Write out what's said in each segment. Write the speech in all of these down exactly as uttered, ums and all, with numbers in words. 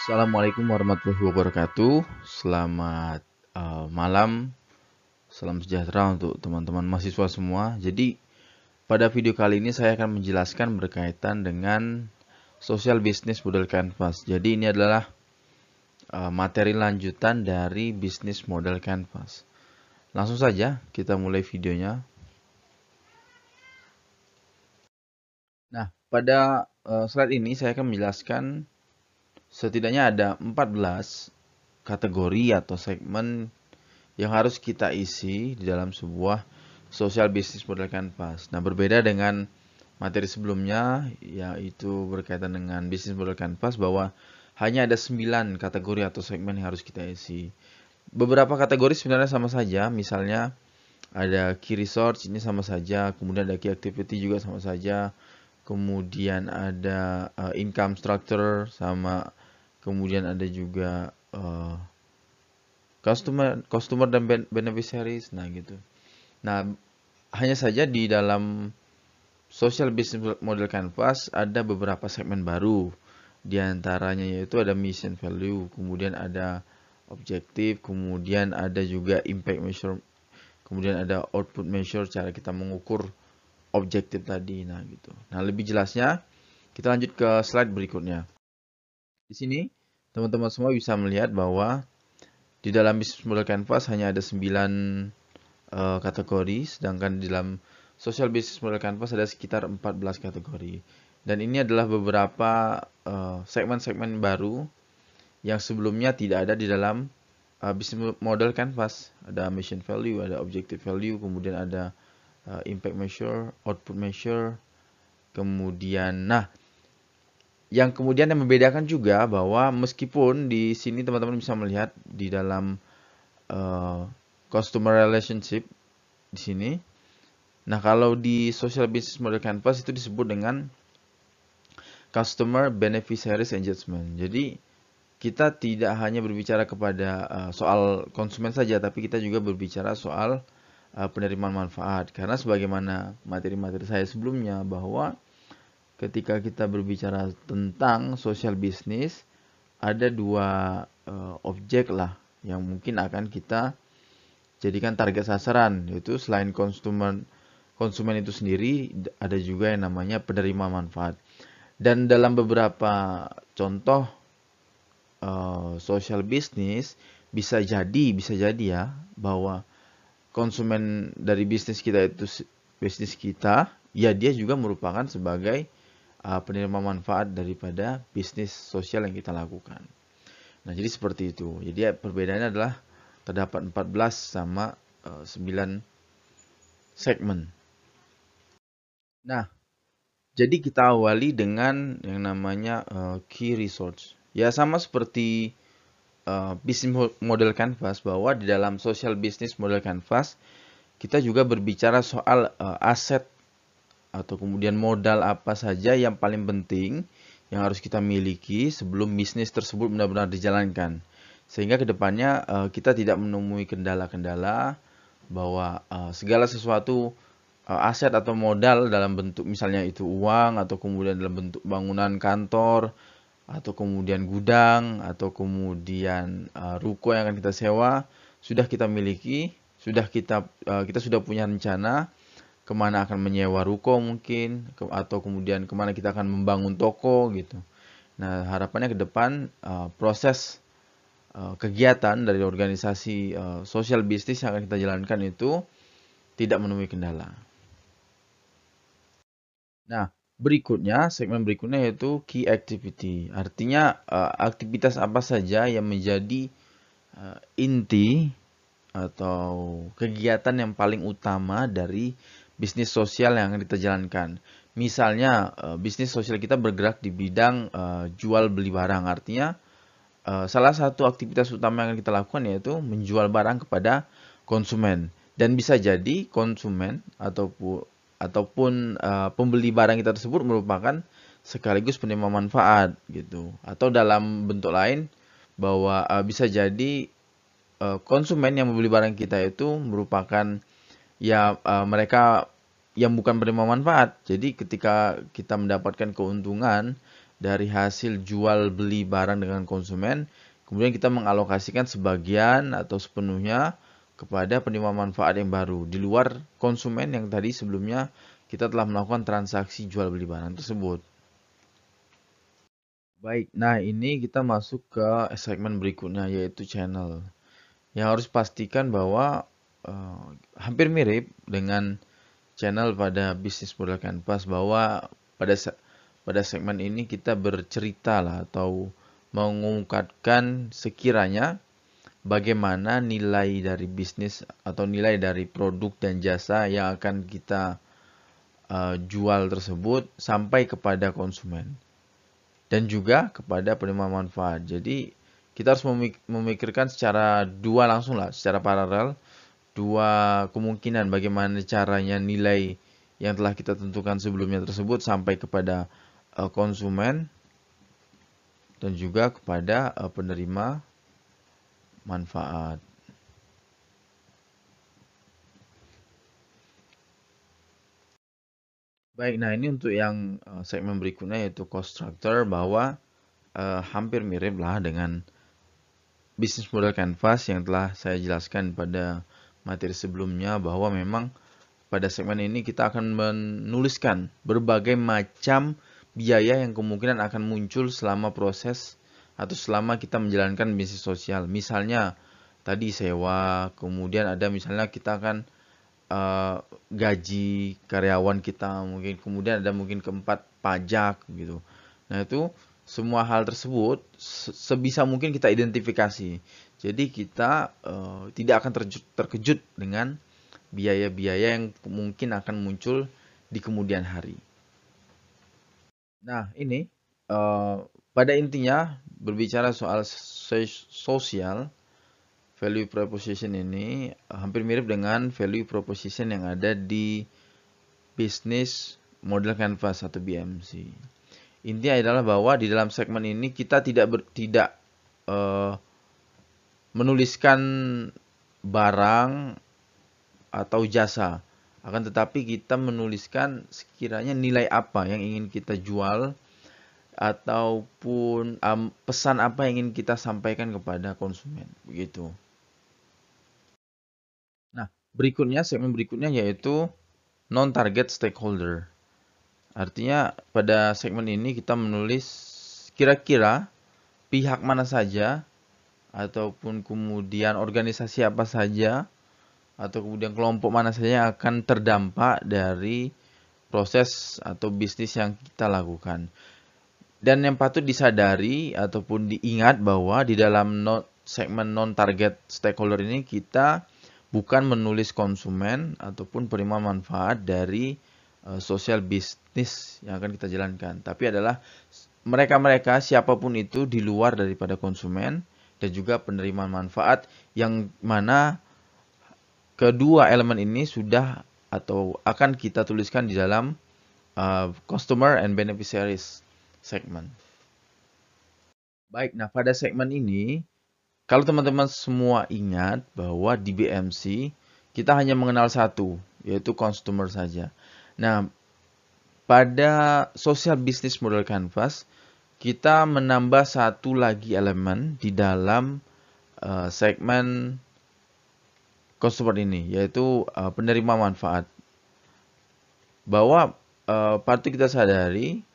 Assalamualaikum warahmatullahi wabarakatuh. Selamat uh, malam, salam sejahtera untuk teman-teman mahasiswa semua. Jadi, pada video kali ini saya akan menjelaskan berkaitan dengan social business model canvas. Jadi, ini adalah uh, materi lanjutan dari business model canvas. Langsung saja kita mulai videonya. Nah, pada uh, slide ini saya akan menjelaskan setidaknya ada empat belas kategori atau segmen yang harus kita isi di dalam sebuah social business model canvas. Nah, berbeda dengan materi sebelumnya, yaitu berkaitan dengan business model canvas, bahwa hanya ada sembilan kategori atau segmen yang harus kita isi. Beberapa kategori sebenarnya sama saja, misalnya ada key resource, ini sama saja, kemudian ada key activity juga sama saja, kemudian ada uh, income structure sama, kemudian ada juga uh, customer customer dan beneficiaries, nah gitu. Nah, hanya saja di dalam social business model canvas ada beberapa segmen baru. Di antaranya yaitu ada mission value, kemudian ada objektif, kemudian ada juga impact measure, kemudian ada output measure, cara kita mengukur objektif tadi. Nah, gitu. Nah, lebih jelasnya kita lanjut ke slide berikutnya. Di sini teman-teman semua bisa melihat bahwa di dalam business model canvas hanya ada sembilan uh, kategori, sedangkan di dalam social business model canvas ada sekitar empat belas kategori. Dan ini adalah beberapa segmen-segmen uh, baru yang sebelumnya tidak ada di dalam uh, business model canvas. Ada mission value, ada objective value, kemudian ada uh, impact measure, output measure, kemudian nah yang kemudian yang membedakan juga bahwa meskipun di sini teman-teman bisa melihat di dalam uh, customer relationship di sini. Nah, kalau di social business model canvas itu disebut dengan customer beneficiaries engagement. Jadi kita tidak hanya berbicara kepada uh, soal konsumen saja, tapi kita juga berbicara soal uh, penerimaan manfaat. Karena sebagaimana materi-materi saya sebelumnya, bahwa ketika kita berbicara tentang social business, ada dua uh, objek lah yang mungkin akan kita jadikan target sasaran, yaitu selain konsumen konsumen itu sendiri, ada juga yang namanya penerima manfaat. Dan dalam beberapa contoh uh, social business, bisa jadi bisa jadi ya bahwa konsumen dari bisnis kita itu bisnis kita, ya dia juga merupakan sebagai uh, penerima manfaat daripada bisnis sosial yang kita lakukan. Nah, jadi seperti itu. Jadi perbedaannya adalah terdapat empat belas sama uh, sembilan segmen. Nah, jadi kita awali dengan yang namanya uh, key resource. Ya, sama seperti uh, business model canvas, bahwa di dalam social business model canvas kita juga berbicara soal uh, aset atau kemudian modal apa saja yang paling penting yang harus kita miliki sebelum bisnis tersebut benar-benar dijalankan. Sehingga kedepannya uh, kita tidak menemui kendala-kendala bahwa uh, segala sesuatu uh, aset atau modal dalam bentuk misalnya itu uang, atau kemudian dalam bentuk bangunan kantor, atau kemudian gudang, atau kemudian uh, ruko yang akan kita sewa, sudah kita miliki, sudah kita uh, kita sudah punya rencana kemana akan menyewa ruko mungkin, ke, atau kemudian kemana kita akan membangun toko gitu. Nah, harapannya ke depan uh, proses uh, kegiatan dari organisasi uh, social business yang akan kita jalankan itu tidak menemui kendala. Nah, berikutnya, segmen berikutnya yaitu key activity. Artinya uh, aktivitas apa saja yang menjadi uh, inti atau kegiatan yang paling utama dari bisnis sosial yang akan kita jalankan. Misalnya, uh, bisnis sosial kita bergerak di bidang uh, jual beli barang. Artinya, uh, salah satu aktivitas utama yang akan kita lakukan yaitu menjual barang kepada konsumen. Dan bisa jadi konsumen ataupun ataupun uh, pembeli barang kita tersebut merupakan sekaligus penerima manfaat gitu. Atau dalam bentuk lain, bahwa uh, bisa jadi uh, konsumen yang membeli barang kita itu merupakan ya uh, mereka yang bukan penerima manfaat. Jadi ketika kita mendapatkan keuntungan dari hasil jual beli barang dengan konsumen, kemudian kita mengalokasikan sebagian atau sepenuhnya kepada penerima manfaat yang baru di luar konsumen yang tadi sebelumnya kita telah melakukan transaksi jual beli barang tersebut. Baik, nah ini kita masuk ke segmen berikutnya yaitu channel. Yang harus pastikan bahwa uh, hampir mirip dengan channel pada bisnis model Canvas, bahwa pada pada segmen ini kita bercerita lah atau mengungkapkan sekiranya bagaimana nilai dari bisnis atau nilai dari produk dan jasa yang akan kita uh, jual tersebut sampai kepada konsumen dan juga kepada penerima manfaat. Jadi kita harus memikirkan secara dua langsung lah, secara paralel, dua kemungkinan bagaimana caranya nilai yang telah kita tentukan sebelumnya tersebut sampai kepada uh, konsumen dan juga kepada uh, penerima manfaat. Baik, nah ini untuk yang uh, segmen berikutnya yaitu cost structure, bahwa uh, hampir mirip lah dengan bisnis model Canvas yang telah saya jelaskan pada materi sebelumnya, bahwa memang pada segmen ini kita akan menuliskan berbagai macam biaya yang kemungkinan akan muncul selama proses atau selama kita menjalankan bisnis sosial. Misalnya tadi sewa, kemudian ada misalnya kita akan uh, gaji karyawan kita, mungkin kemudian ada mungkin keempat pajak gitu. Nah itu semua hal tersebut sebisa mungkin kita identifikasi. Jadi kita uh, tidak akan terkejut dengan biaya-biaya yang mungkin akan muncul di kemudian hari. Nah ini uh, pada intinya berbicara soal sosial, value proposition ini hampir mirip dengan value proposition yang ada di bisnis model Canvas atau B M C. Intinya adalah bahwa di dalam segmen ini kita tidak ber, tidak uh, menuliskan barang atau jasa, akan tetapi kita menuliskan sekiranya nilai apa yang ingin kita jual ataupun um, pesan apa yang ingin kita sampaikan kepada konsumen, begitu. Nah, berikutnya segmen berikutnya yaitu non-target stakeholder. Artinya pada segmen ini kita menulis kira-kira pihak mana saja ataupun kemudian organisasi apa saja atau kemudian kelompok mana saja yang akan terdampak dari proses atau bisnis yang kita lakukan. Dan yang patut disadari ataupun diingat bahwa di dalam segmen non-target stakeholder ini kita bukan menulis konsumen ataupun penerima manfaat dari uh, sosial bisnis yang akan kita jalankan, tapi adalah mereka-mereka siapapun itu di luar daripada konsumen dan juga penerima manfaat, yang mana kedua elemen ini sudah atau akan kita tuliskan di dalam uh, customer and beneficiaries segment. Baik, nah pada segmen ini, kalau teman-teman semua ingat bahwa di B M C kita hanya mengenal satu, yaitu customer saja. Nah, pada social business model Canvas, kita menambah satu lagi elemen di dalam uh, segmen customer ini, yaitu uh, penerima manfaat. Bahwa uh, patut kita sadari,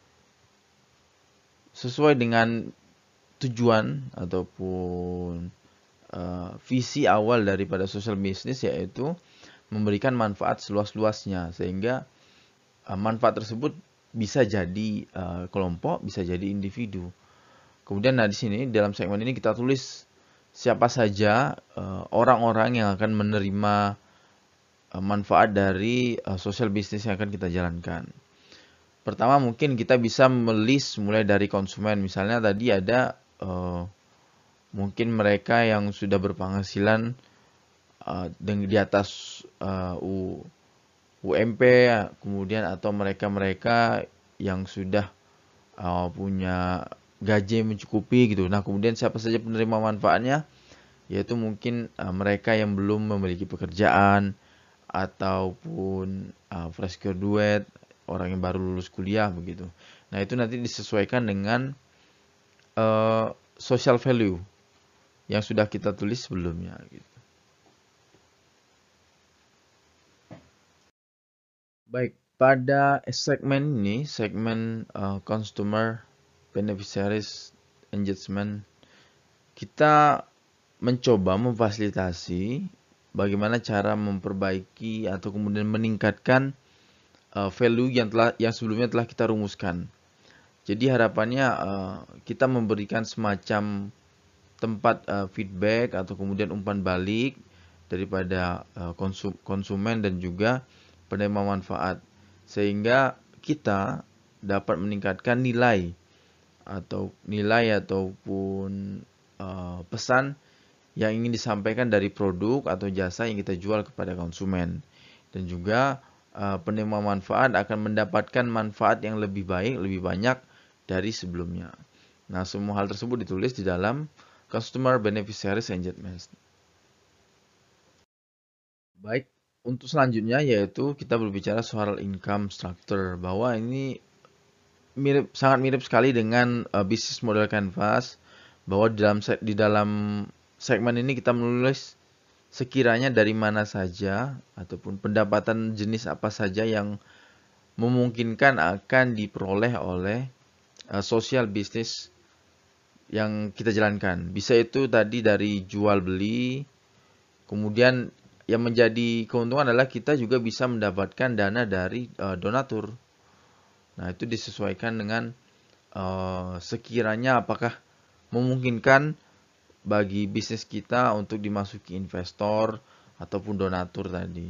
sesuai dengan tujuan ataupun uh, visi awal daripada social business, yaitu memberikan manfaat seluas-luasnya, sehingga uh, manfaat tersebut bisa jadi uh, kelompok, bisa jadi individu. Kemudian nah di sini dalam segmen ini kita tulis siapa saja orang-orang uh, yang akan menerima uh, manfaat dari uh, social business yang akan kita jalankan. Pertama mungkin kita bisa melist mulai dari konsumen. Misalnya tadi ada uh, mungkin mereka yang sudah berpenghasilan uh, di atas uh, U M P, kemudian atau mereka-mereka yang sudah uh, punya gaji mencukupi gitu. Nah kemudian siapa saja penerima manfaatnya, yaitu mungkin uh, mereka yang belum memiliki pekerjaan ataupun uh, fresh graduate, orang yang baru lulus kuliah begitu. Nah, itu nanti disesuaikan dengan uh, social value yang sudah kita tulis sebelumnya gitu. Baik, pada segmen ini, segmen uh, Customer Beneficiaries Engagement, kita mencoba memfasilitasi bagaimana cara memperbaiki atau kemudian meningkatkan uh, value yang telah yang sebelumnya telah kita rumuskan. Jadi harapannya uh, kita memberikan semacam tempat uh, feedback atau kemudian umpan balik daripada uh, konsum, konsumen dan juga penerima manfaat, sehingga kita dapat meningkatkan nilai atau nilai ataupun uh, pesan yang ingin disampaikan dari produk atau jasa yang kita jual kepada konsumen, dan juga uh, penerima manfaat akan mendapatkan manfaat yang lebih baik, lebih banyak dari sebelumnya. Nah, semua hal tersebut ditulis di dalam Customer Beneficiaries Engagement. Baik, untuk selanjutnya yaitu kita berbicara soal income structure, bahwa ini mirip, sangat mirip sekali dengan uh, bisnis model Canvas, bahwa di dalam di dalam segmen ini kita menulis sekiranya dari mana saja ataupun pendapatan jenis apa saja yang memungkinkan akan diperoleh oleh uh, sosial bisnis yang kita jalankan. Bisa itu tadi dari jual beli, kemudian yang menjadi keuntungan adalah kita juga bisa mendapatkan dana dari uh, donatur. Nah, itu disesuaikan dengan uh, sekiranya apakah memungkinkan bagi bisnis kita untuk dimasuki investor ataupun donatur tadi.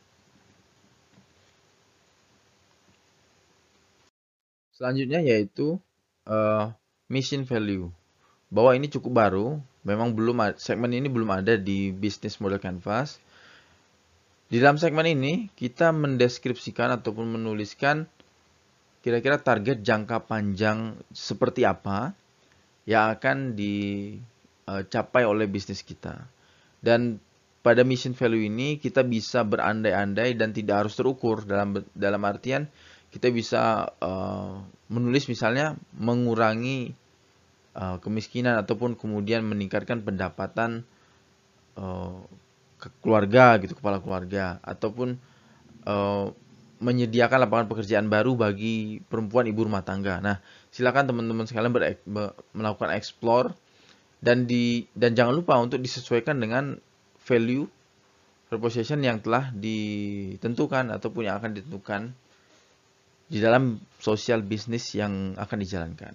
Selanjutnya yaitu uh, mission value. Bahwa ini cukup baru, memang belum ada, segmen ini belum ada di bisnis model Canvas. Di dalam segmen ini kita mendeskripsikan ataupun menuliskan kira-kira target jangka panjang seperti apa yang akan dicapai oleh bisnis kita. Dan pada mission value ini kita bisa berandai-andai dan tidak harus terukur, dalam dalam artian kita bisa uh, menulis misalnya mengurangi uh, kemiskinan ataupun kemudian meningkatkan pendapatan uh, keluarga gitu, kepala keluarga, ataupun uh, menyediakan lapangan pekerjaan baru bagi perempuan ibu rumah tangga. Nah, silakan teman-teman sekalian ber, melakukan explore dan di dan jangan lupa untuk disesuaikan dengan value proposition yang telah ditentukan ataupun yang akan ditentukan di dalam sosial bisnis yang akan dijalankan.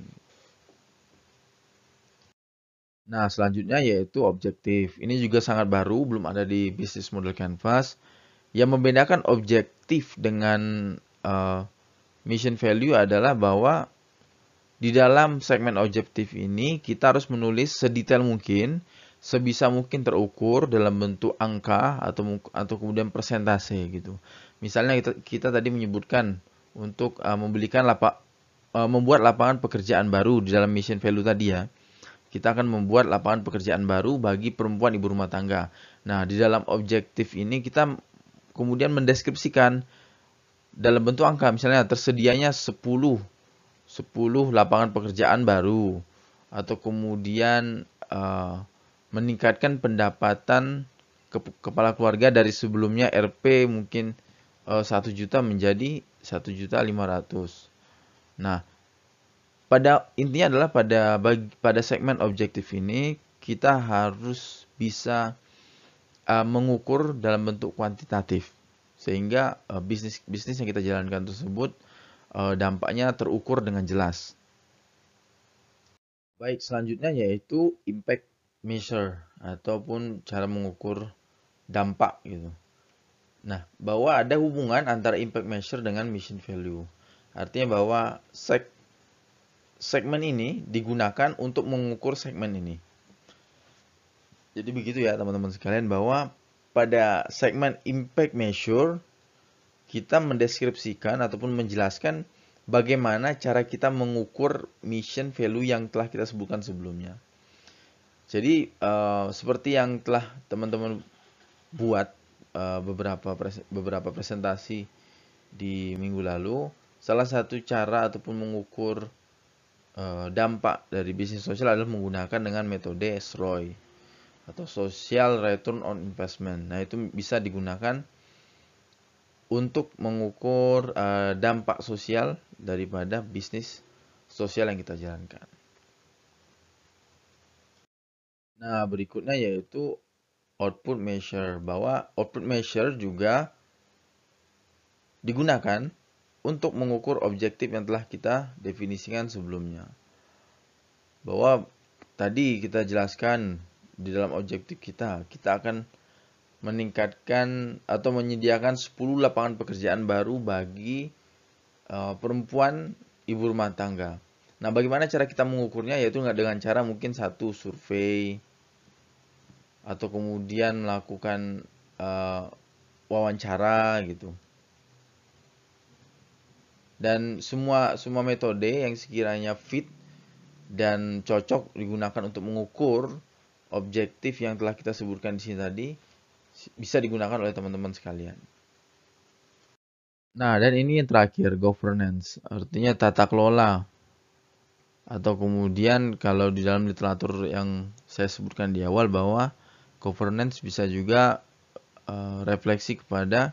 Nah, selanjutnya yaitu objektif. Ini juga sangat baru, belum ada di bisnis model Canvas. Yang membedakan objektif dengan uh, mission value adalah bahwa di dalam segmen objektif ini kita harus menulis sedetail mungkin, sebisa mungkin terukur dalam bentuk angka atau atau kemudian persentase gitu. Misalnya kita, kita tadi menyebutkan untuk uh, membelikan lapak uh, membuat lapangan pekerjaan baru di dalam mission value tadi ya. Kita akan membuat lapangan pekerjaan baru bagi perempuan ibu rumah tangga. Nah, di dalam objektif ini kita kemudian mendeskripsikan dalam bentuk angka, misalnya tersedianya sepuluh lapangan pekerjaan baru, atau kemudian uh, meningkatkan pendapatan ke kepala keluarga dari sebelumnya R P mungkin uh, satu juta menjadi satu juta lima ratus. Nah, pada intinya adalah pada bagi, pada segmen objektif ini kita harus bisa uh, mengukur dalam bentuk kuantitatif, sehingga uh, bisnis bisnis yang kita jalankan tersebut uh, dampaknya terukur dengan jelas. Baik, selanjutnya yaitu impact measure ataupun cara mengukur dampak gitu. Nah, bahwa ada hubungan antara impact measure dengan mission value. Artinya bahwa seg segmen ini digunakan untuk mengukur segmen ini. Jadi begitu ya teman-teman sekalian, bahwa pada segmen impact measure kita mendeskripsikan ataupun menjelaskan bagaimana cara kita mengukur mission value yang telah kita sebutkan sebelumnya. Jadi uh, seperti yang telah teman-teman buat uh, beberapa pres beberapa presentasi di minggu lalu, salah satu cara ataupun mengukur uh, dampak dari bisnis sosial adalah menggunakan dengan metode S R O I atau Social Return on Investment. Nah, itu bisa digunakan untuk mengukur uh, dampak sosial daripada bisnis sosial yang kita jalankan. Nah, berikutnya yaitu output measure, bahwa output measure juga digunakan untuk mengukur objektif yang telah kita definisikan sebelumnya. Bahwa tadi kita jelaskan di dalam objektif kita, kita akan meningkatkan atau menyediakan sepuluh lapangan pekerjaan baru bagi uh, perempuan ibu rumah tangga. Nah, bagaimana cara kita mengukurnya? Yaitu nggak dengan cara mungkin satu survei atau kemudian melakukan uh, wawancara gitu. Dan semua semua metode yang sekiranya fit dan cocok digunakan untuk mengukur objektif yang telah kita sebutkan di sini tadi bisa digunakan oleh teman-teman sekalian. Nah, dan ini yang terakhir, governance, artinya tata kelola. Atau kemudian kalau di dalam literatur yang saya sebutkan di awal bahwa governance bisa juga uh, refleksi kepada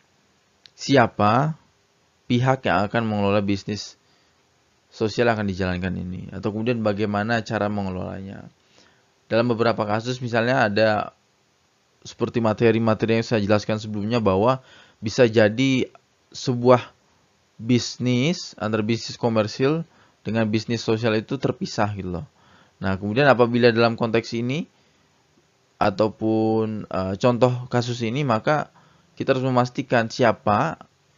siapa pihak yang akan mengelola bisnis sosial akan dijalankan ini, atau kemudian bagaimana cara mengelolanya. Dalam beberapa kasus misalnya ada seperti materi-materi yang saya jelaskan sebelumnya bahwa bisa jadi sebuah bisnis antara bisnis komersil dengan bisnis sosial itu terpisah gitu loh. Nah, kemudian apabila dalam konteks ini ataupun uh, contoh kasus ini, maka kita harus memastikan siapa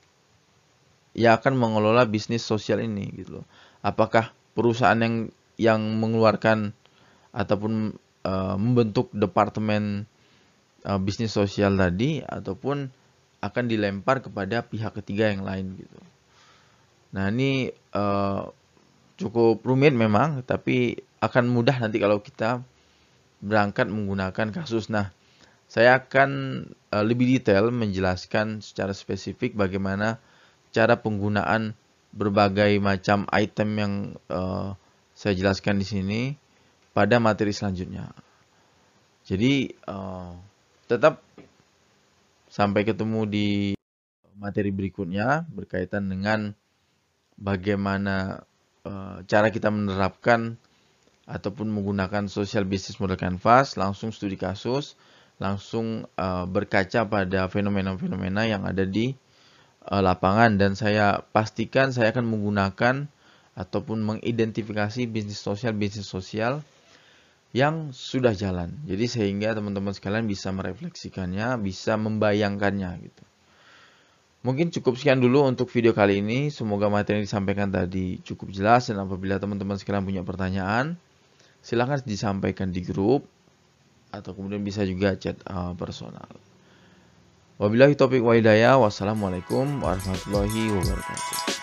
yang akan mengelola bisnis sosial ini gitu loh. Apakah perusahaan yang yang mengeluarkan ataupun uh, membentuk departemen uh, bisnis sosial tadi, ataupun akan dilempar kepada pihak ketiga yang lain gitu. Nah, ini uh, cukup rumit memang, tapi akan mudah nanti kalau kita berangkat menggunakan kasus. Nah, saya akan uh, lebih detail menjelaskan secara spesifik bagaimana cara penggunaan berbagai macam item yang uh, saya jelaskan di sini pada materi selanjutnya. Jadi uh, tetap sampai ketemu di materi berikutnya berkaitan dengan bagaimana uh, cara kita menerapkan ataupun menggunakan social business model canvas, langsung studi kasus, langsung uh, berkaca pada fenomena-fenomena yang ada di uh, lapangan, dan saya pastikan saya akan menggunakan ataupun mengidentifikasi bisnis sosial bisnis sosial yang sudah jalan. Jadi sehingga teman-teman sekalian bisa merefleksikannya, bisa membayangkannya gitu. Mungkin cukup sekian dulu untuk video kali ini. Semoga materi yang disampaikan tadi cukup jelas, dan apabila teman-teman sekalian punya pertanyaan, silahkan disampaikan di grup atau kemudian bisa juga chat uh, personal. Wabillahi taufiq wa hidayah. Wassalamualaikum warahmatullahi wabarakatuh.